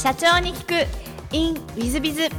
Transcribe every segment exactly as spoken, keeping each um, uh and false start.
社長に聞く in ウィズビズ。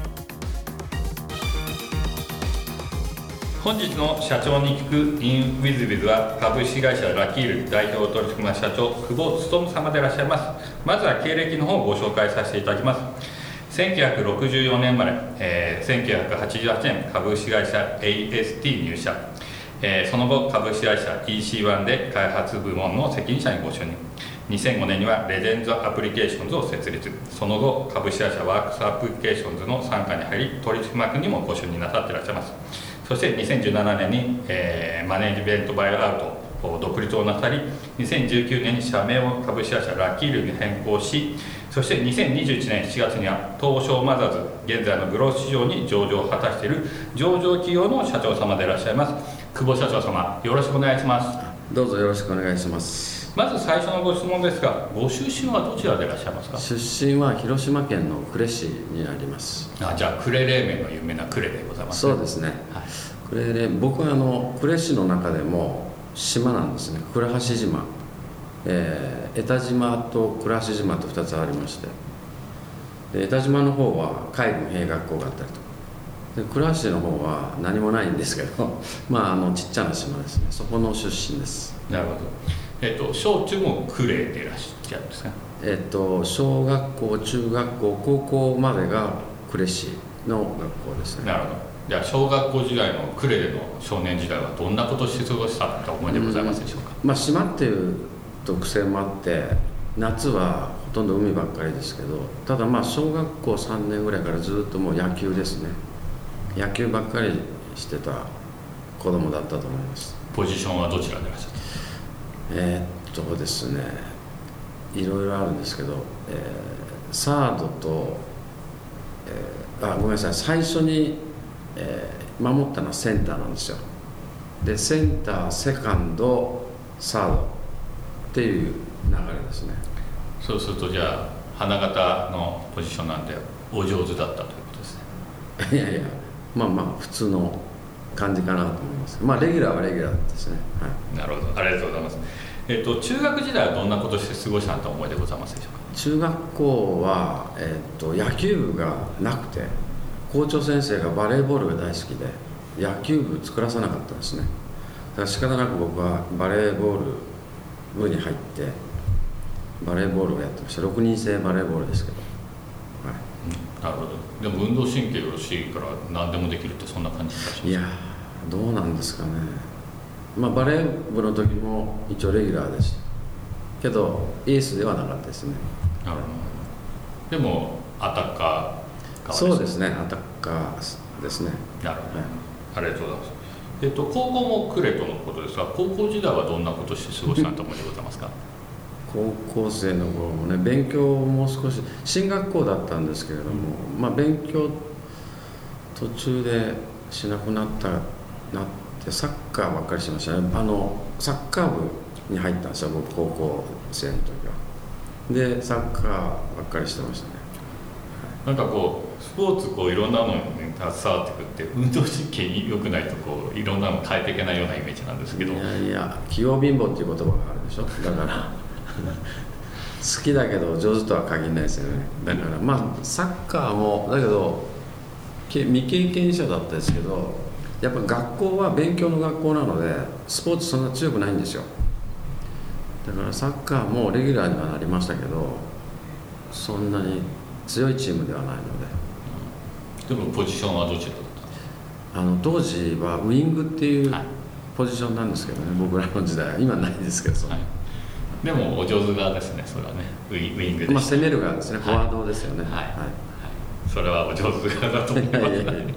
本日の社長に聞く in ウィズビズは株式会社ラキール代表取締役社長久保勉様でいらっしゃいます。まずは経歴の方をご紹介させていただきます。せんきゅうひゃくろくじゅうよねん生まれ、えー、せんきゅうひゃくはちじゅうはちねん株式会社 エーエスティー 入社、えー、その後株式会社 イーシーワン で開発部門の責任者にご就任。にせんごねんにはレジェンズアプリケーションズを設立。その後株式会社ワークスアプリケーションズの傘下に入り取締役にもご就任なさっていらっしゃいます。そしてにせんじゅうななねんに、えー、マネージメントバイアウトを独立をなさり、にせんじゅうきゅうねんに社名を株式会社ラッキールに変更し、そしてにせんにじゅういちねんしちがつには東証マザーズ、現在のグロース市場に上場を果たしている上場企業の社長様でいらっしゃいます久保社長様、よろしくお願いします。 どうぞよろしくお願いします。 まず最初のご質問ですが、ご出身はどちらでいらっしゃいますか？ 出身は広島県の呉市になります。 あ、じゃあ呉冷麺の有名な呉でございますね。 そうですね、はい、呉冷僕はあの呉市の中でも島なんですね。倉橋島、えー、江田島と倉橋島とふたつありまして、で江田島の方は海軍兵学校があったりとかで、倉橋の方は何もないんですけどまああのちっちゃな島ですね。そこの出身です。 なるほど。えっと小中も呉でいらっしゃるんですか？ えっと小学校、中学校、高校までが呉市の学校ですね。 なるほど。じゃあ小学校時代の呉での少年時代はどんなことをして過ごしたと思いでございますでしょうか？ うん、まあ島っていう特性もあって夏はほとんど海ばっかりですけど、ただまあ小学校さんねんぐらいからずっともう野球ですね。野球ばっかりしてた子供だったと思います。 ポジションはどちらでいらっしゃる？ えー、っとですねいろいろあるんですけど、えー、サードと、えー、あごめんなさい最初に、えー、守ったのはセンターなんですよ。でセンター、セカンド、サードっていう流れですね。 そうするとじゃあ花形のポジションなんでお上手だったということですね。 いやいやまあまあ普通の感じかなと思います。まあレギュラーはレギュラーですね。はい、 なるほど、ありがとうございます。えっと中学時代はどんなことをして過ごしたと思いでございますでしょうか？ 中学校は、えっと野球部がなくて、校長先生がバレーボールが大好きで野球部作らさなかったんですね。だから仕方なく僕はバレーボール部に入ってバレーボールをやってました。ろくにん制バレーボールですけど、はい、 なるほど。でも運動神経よろしいから何でもできるってそんな感じがします？ いやどうなんですかね。まあバレー部の時も一応レギュラーでしたけどエースではなかったですね。 なるほど。でもアタッカー側そうですね、アタッカーですね。 なるほど、 はい、 ありがとうございます。えっと高校も呉とのことですが、高校時代はどんなことをして過ごしたと思いでございますか？ 高校生の頃もね勉強をもう少し進学校だったんですけれども、うん、まあ勉強途中でしなくなったなってサッカーばっかりしましたね。あのサッカー部に入ったんですよ僕高校生の時は。でサッカーばっかりしてましたね。 なんかこうスポーツこういろんなのに携わってくって運動神経に良くないとこういろんなの変えていけないようなイメージなんですけど。 いやいや器用貧乏っていう言葉があるでしょ。だから好きだけど上手とは限らないですよね。だからまあサッカーもだけど未経験者だったですけど、やっぱ学校は勉強の学校なのでスポーツそんな強くないんですよ。だからサッカーもレギュラーにはなりましたけどそんなに強いチームではないので。 で。 でもポジションはどちらだったあの当時はウイングっていうポジションなんですけどね、はい、僕らの時代は今ないですけど、はい、 でもお上手側ですね。それはねウイ、ウイングでした、 まあ、攻める側ですね、はい、フォワードですよね。 はい、はいはい、それはお上手側だと思いますね。ありがとうございます。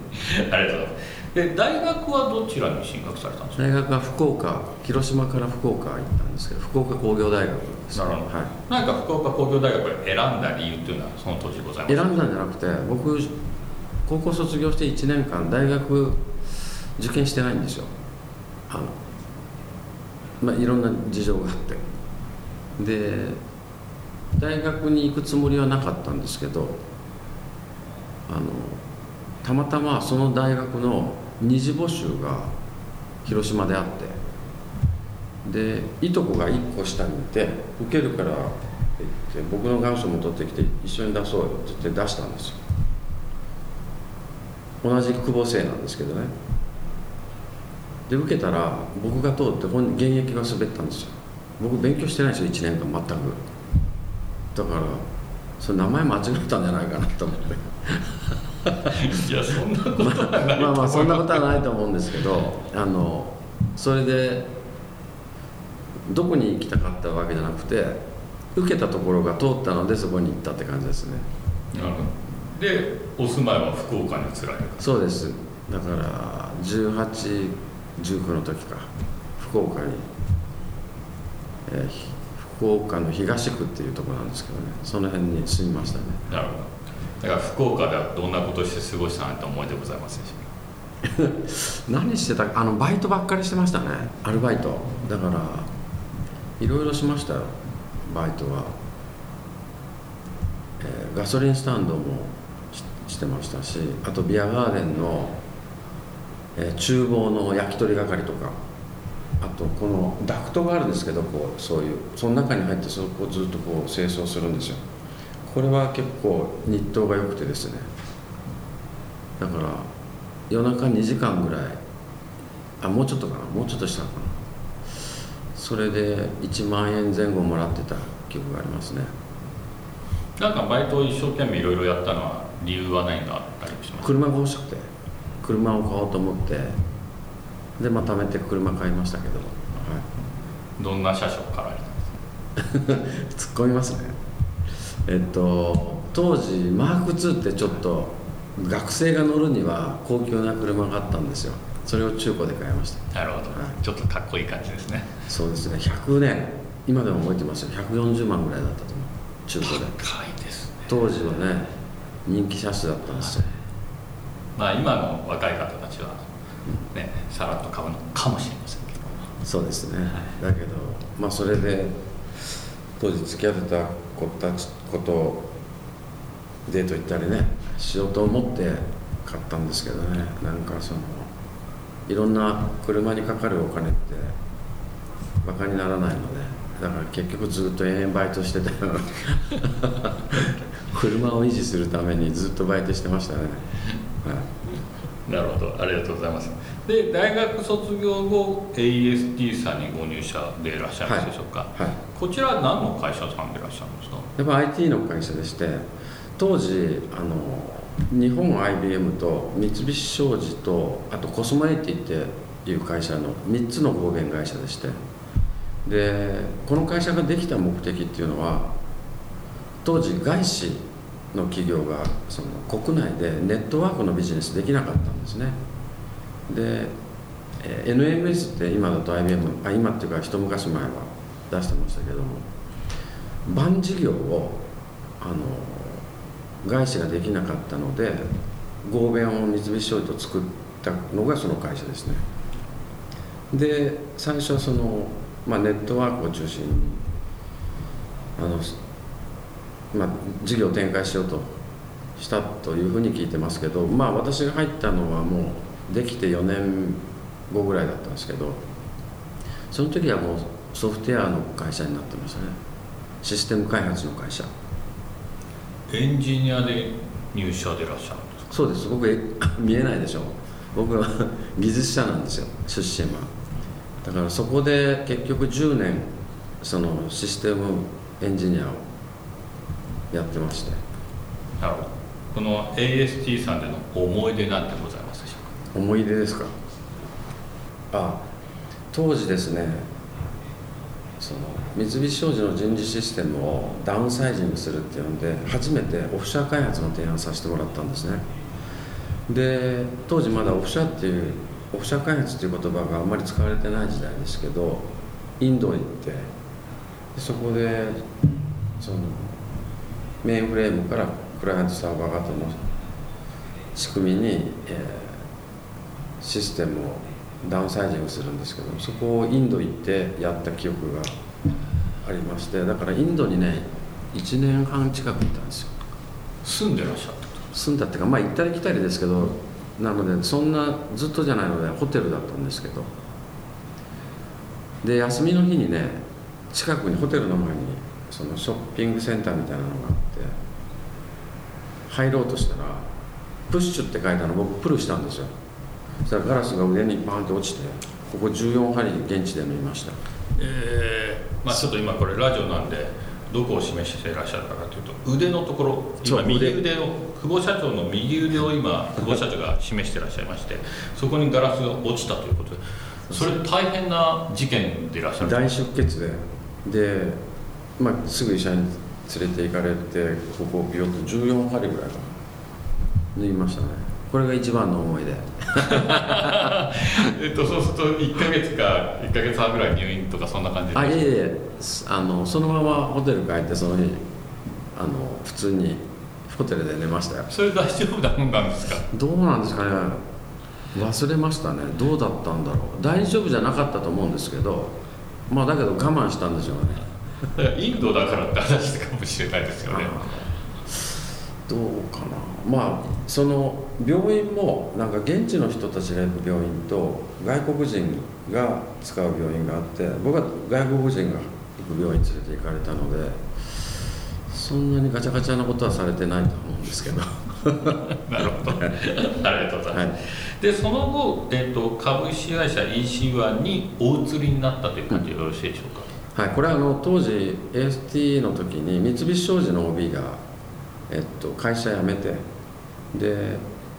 で大学はどちらに進学されたんですか？ 大学は福岡、広島から福岡行ったんですけど、福岡工業大学です、ね。 なるほど、はい、何か福岡工業大学で選んだ理由というのはその当時ございますか？ 選んだんじゃなくて僕高校卒業していちねんかん大学受験してないんですよ。あの、まあ、いろんな事情があってで大学に行くつもりはなかったんですけど、あのたまたまその大学の二次募集が広島であって、でいとこがいっこ下にいて受けるから言って僕の願書も取ってきて一緒に出そうよって言って出したんですよ。同じ久保生なんですけどね。で受けたら僕が通って本現役が滑ったんですよ。僕勉強してないですよいちねんかん全く。だからそれ名前間違えたんじゃないかなと思っていやそんなことはないまあまあそんなことはないと思うんですけど、あのそれでどこに行きたかったわけじゃなくて受けたところが通ったのでそこに行ったって感じですね。 なるほど。でお住まいは福岡に移られる。 そうです。だからじゅうはち、じゅうきゅうの時か福岡に、えー、福岡の東区っていうところなんですけどね、その辺に住みましたね。 なるほど。だから福岡ではどんなことをして過ごしたなんて思いでございますでしょうか。 何してたか、あのバイトばっかりしてましたね。アルバイトだからいろいろしましたよバイトは、えー、ガソリンスタンドも し, してましたし、あとビアガーデンの、えー、厨房の焼き鳥係とか、あとこのダクトがあるんですけど、こうそういうその中に入ってそこをずっとこう清掃するんですよ。これは結構日当が良くてですね、だから夜中にじかんぐらい、あもうちょっとかなもうちょっとしたかな、それでいちまんえんぜん後もらってた記憶がありますね。 なんかバイトを一生懸命いろいろやったのは理由は何かあったりしますか。 車が欲しくて車を買おうと思ってでまあ貯めて車買いましたけど、はい、 どんな車種を買われたんですか。 突っ込みますね。えっと当時マークツーってちょっと学生が乗るには高級な車があったんですよ。それを中古で買いました。 なるほど、はい、ちょっとかっこいい感じですね。 そうですね。ひゃくねん今でも覚えてますよ。ひゃくよんじゅうまんぐらいだったと思う、中古で。 高いですね。 当時はね人気車種だったんですよ。 まあ今の若い方たちはね、うん、さらっと買うのかもしれませんけど。 そうですね、はい、だけどまあそれで当時付き合ってた子たちことをデート行ったりねしようと思って買ったんですけどね、なんかそのいろんな車にかかるお金ってバカにならないので、だから結局ずっと延々バイトしてたよ車を維持するためにずっとバイトしてましたね、はい、 なるほど、ありがとうございます。で大学卒業後 エーイーエスティー さんにご入社でいらっしゃるんでしょうか。はいはい、こちらは何の会社さんでいらっしゃるんですか。 やっぱ アイティー の会社でして、当時あの日本 アイビーエム と三菱商事とあとコスモエイティっていう会社のみっつの合弁会社でして、でこの会社ができた目的っていうのは当時外資の企業がその国内でネットワークのビジネスできなかったんですね。で エヌエムエス って今だと アイビーエム あ今っていうか一昔前は出してましたけども、バン事業をあの外資ができなかったので合弁を三菱商事と作ったのがその会社ですね。で最初はその、まあ、ネットワークを中心にあの、まあ、事業を展開しようとしたというふうに聞いてますけど、まあ私が入ったのはもうできてよねんごぐらいだったんですけど、その時はもうソフトウェアの会社になってましたね。システム開発の会社。 エンジニアで入社でいらっしゃるんですか。 そうです。僕見えないでしょ。僕は技術者なんですよ、出身は。だからそこで結局じゅうねんそのシステムエンジニアをやってまして。 なるほど。この エーイーエスティー さんでの思い出なんてございますでしょうか。 思い出ですか。あ、当時ですね、その三菱商事の人事システムをダウンサイジングするっていうので初めてオフシャー開発の提案させてもらったんですね。で当時まだオフシャーっていうオフシャー開発っていう言葉があんまり使われてない時代ですけど、インドに行ってそこでそのメインフレームからクライアントサーバー型の仕組みに、えー、システムをダウンサイジングするんですけど、そこをインド行ってやった記憶がありまして、だからインドにねいちねんはん近くいたんですよ。 住んでらっしゃった。 住んだっていうか、まあ行ったり来たりですけど、なのでそんなずっとじゃないのでホテルだったんですけど、で休みの日にね近くにホテルの前にそのショッピングセンターみたいなのがあって入ろうとしたらプッシュって書いたの僕プルしたんですよ。そしたらガラスが腕にバーンって落ちてここじゅうよん針現地で見ました。 えーまあ、ちょっと今これラジオなんでどこを示していらっしゃるかというと腕のところ今右腕を久保社長の右腕を今久保社長が示していらっしゃいましてそこにガラスが落ちたということでそれ大変な事件でいらっしゃる。 大出血でで、まあ、すぐ医者に連れて行かれてここをビヨッとじゅうよん針ぐらいかな縫いましたね。これが一番の思い出えっとそうするといっかげつかいっかげつはんぐらい入院とかそんな感じで。 あいえいえあのそのままホテル帰ってその日あの普通にホテルで寝ましたよ。 それ大丈夫なもんなんですか。 どうなんですかね忘れましたね。どうだったんだろう。大丈夫じゃなかったと思うんですけどまあだけど我慢したんでしょうね。 だからインドだからって話かもしれないですよね。 どうかな。まあその病院もなんか現地の人たちが行く病院と外国人が使う病院があって僕は外国人が行く病院に連れて行かれたのでそんなにガチャガチャなことはされてないと思うんですけどなるほどありがとうございます、はい、でその後、えーと、株式会社 イーシーワン にお移りになったという感じでよろしいでしょうか。 はい、これはあの当時 エーエスティー の時に三菱商事の オービー が、えっと、会社辞めてで、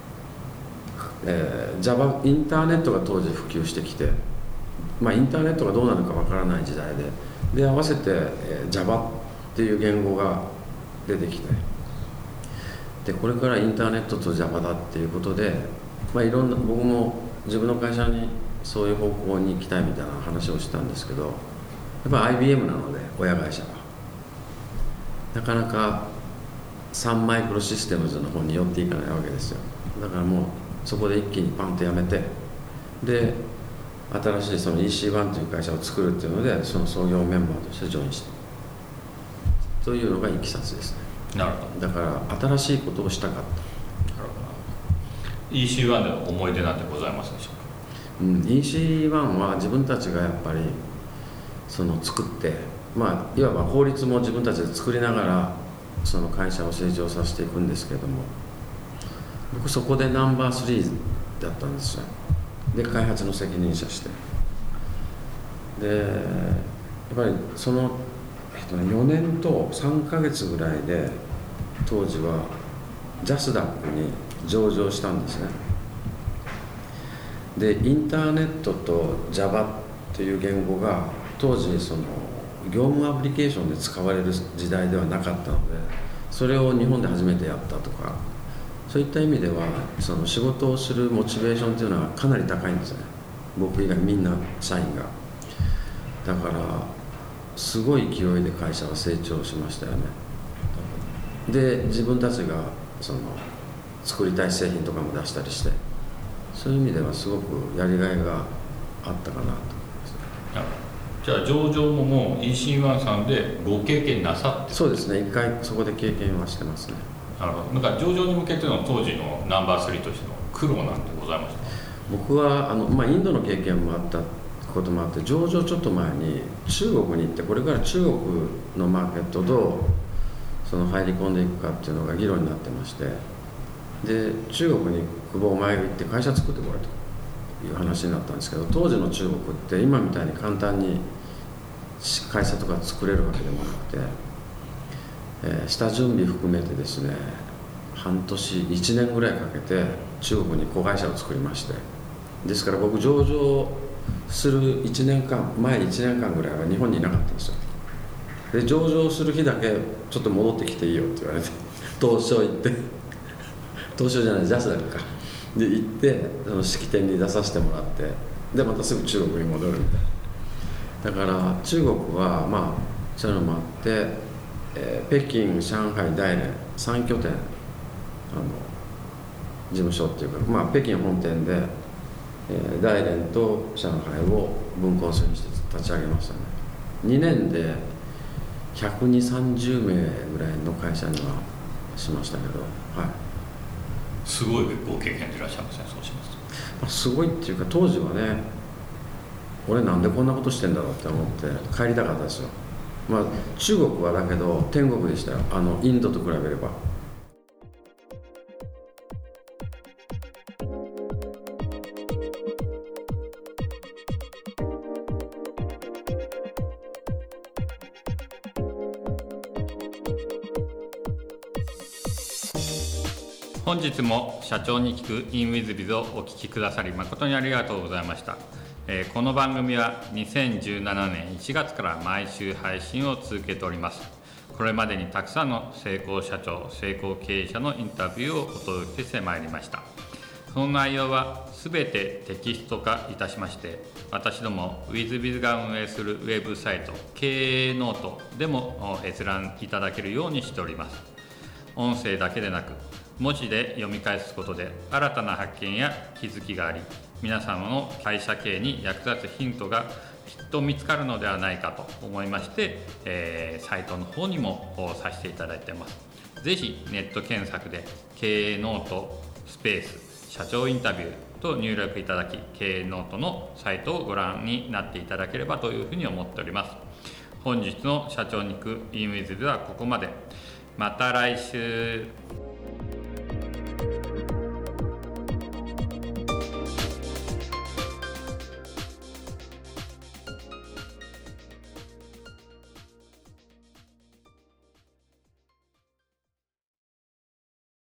えー、Java インターネットが当時普及してきて、まあ、インターネットがどうなるかわからない時代でで合わせて、えー、Java っていう言語が出てきてでこれからインターネットと Java だっていうことで、まあ、いろんな僕も自分の会社にそういう方向に行きたいみたいな話をしたんですけどやっぱ アイビーエム なので親会社はなかなかサンマイクロシステムズの方に寄っていかないわけですよ。だからもうそこで一気にパンとやめてで新しいその イーシーワン という会社を作るっていうのでその創業メンバーとしてジョインしたというのがいきさつですね。 なるほど。 だから新しいことをしたかった。なるほど。イーシーワン での思い出なんてございますでしょうか。 うん、イーシーワン は自分たちがやっぱりその作ってまあいわば法律も自分たちで作りながらその会社を成長させていくんですけども僕そこでナンバースリーだったんですよ。で開発の責任者してでやっぱりその、えっとね、よねんとさんかげつぐらいで当時はジャスダックに上場したんですね。でインターネットと Java っていう言語が当時その業務アプリケーションで使われる時代ではなかったのでそれを日本で初めてやったとかそういった意味ではその仕事をするモチベーションっていうのはかなり高いんですね。僕以外みんな社員がだからすごい勢いで会社は成長しましたよね。で自分たちがその作りたい製品とかも出したりしてそういう意味ではすごくやりがいがあったかなと思いますね。 じゃあ上場ももう イーシーワン さんでご経験なさって。 そうですね、一回そこで経験はしてますね。 なるほど。なんか上場に向けての当時のナンバースリーとしての苦労なんてございましたか。 僕はあの、まあ、インドの経験もあったこともあって上場ちょっと前に中国に行ってこれから中国のマーケットどうその入り込んでいくかっていうのが議論になってましてで中国に久保お前が行って会社作ってこいという話になったんですけど当時の中国って今みたいに簡単に会社とか作れるわけでもなくて、えー、下準備含めてですね半年いちねんぐらいかけて中国に子会社を作りましてですから僕上場するいちねんかん前いちねんかんぐらいは日本にいなかったんですよ。で上場する日だけちょっと戻ってきていいよって言われて東証行って東証じゃないジャスダックかで行ってその式典に出させてもらってでまたすぐ中国に戻るみたいな。だから中国はまあそういうのもあって、えー、北京上海大連さん拠点あの事務所っていうか、まあ、北京本店で、えー、大連と上海を分校するにして立ち上げましたね。にねんでひゃくにじゅう、さんじゅうめいぐらいの会社にはしましたけど、はい、 すごいご経験でいらっしゃいますね。そうしますと、 まあ、すごいっていうか当時はね俺なんでこんなことしてんだろうって思って帰りたかったですよ。 まあ中国はだけど天国でしたよ、あのインドと比べれば。 本日も社長に聞く インウィズビズ をお聞きくださり誠にありがとうございました。えー、この番組はにせんじゅうななねんいちがつから毎週配信を続けております。これまでにたくさんの成功社長、成功経営者のインタビューをお届けしてまいりました。その内容はすべてテキスト化いたしまして、私ども ウィズビズ が運営するウェブサイト経営ノートでも閲覧いただけるようにしております。音声だけでなく文字で読み返すことで新たな発見や気づきがあり、皆様の会社経営に役立つヒントがきっと見つかるのではないかと思いまして、えー、サイトの方にもさせていただいています。ぜひネット検索で経営ノートスペース社長インタビューと入力いただき、経営ノートのサイトをご覧になっていただければというふうに思っております。本日の社長に行く インウィズではここまで。また来週。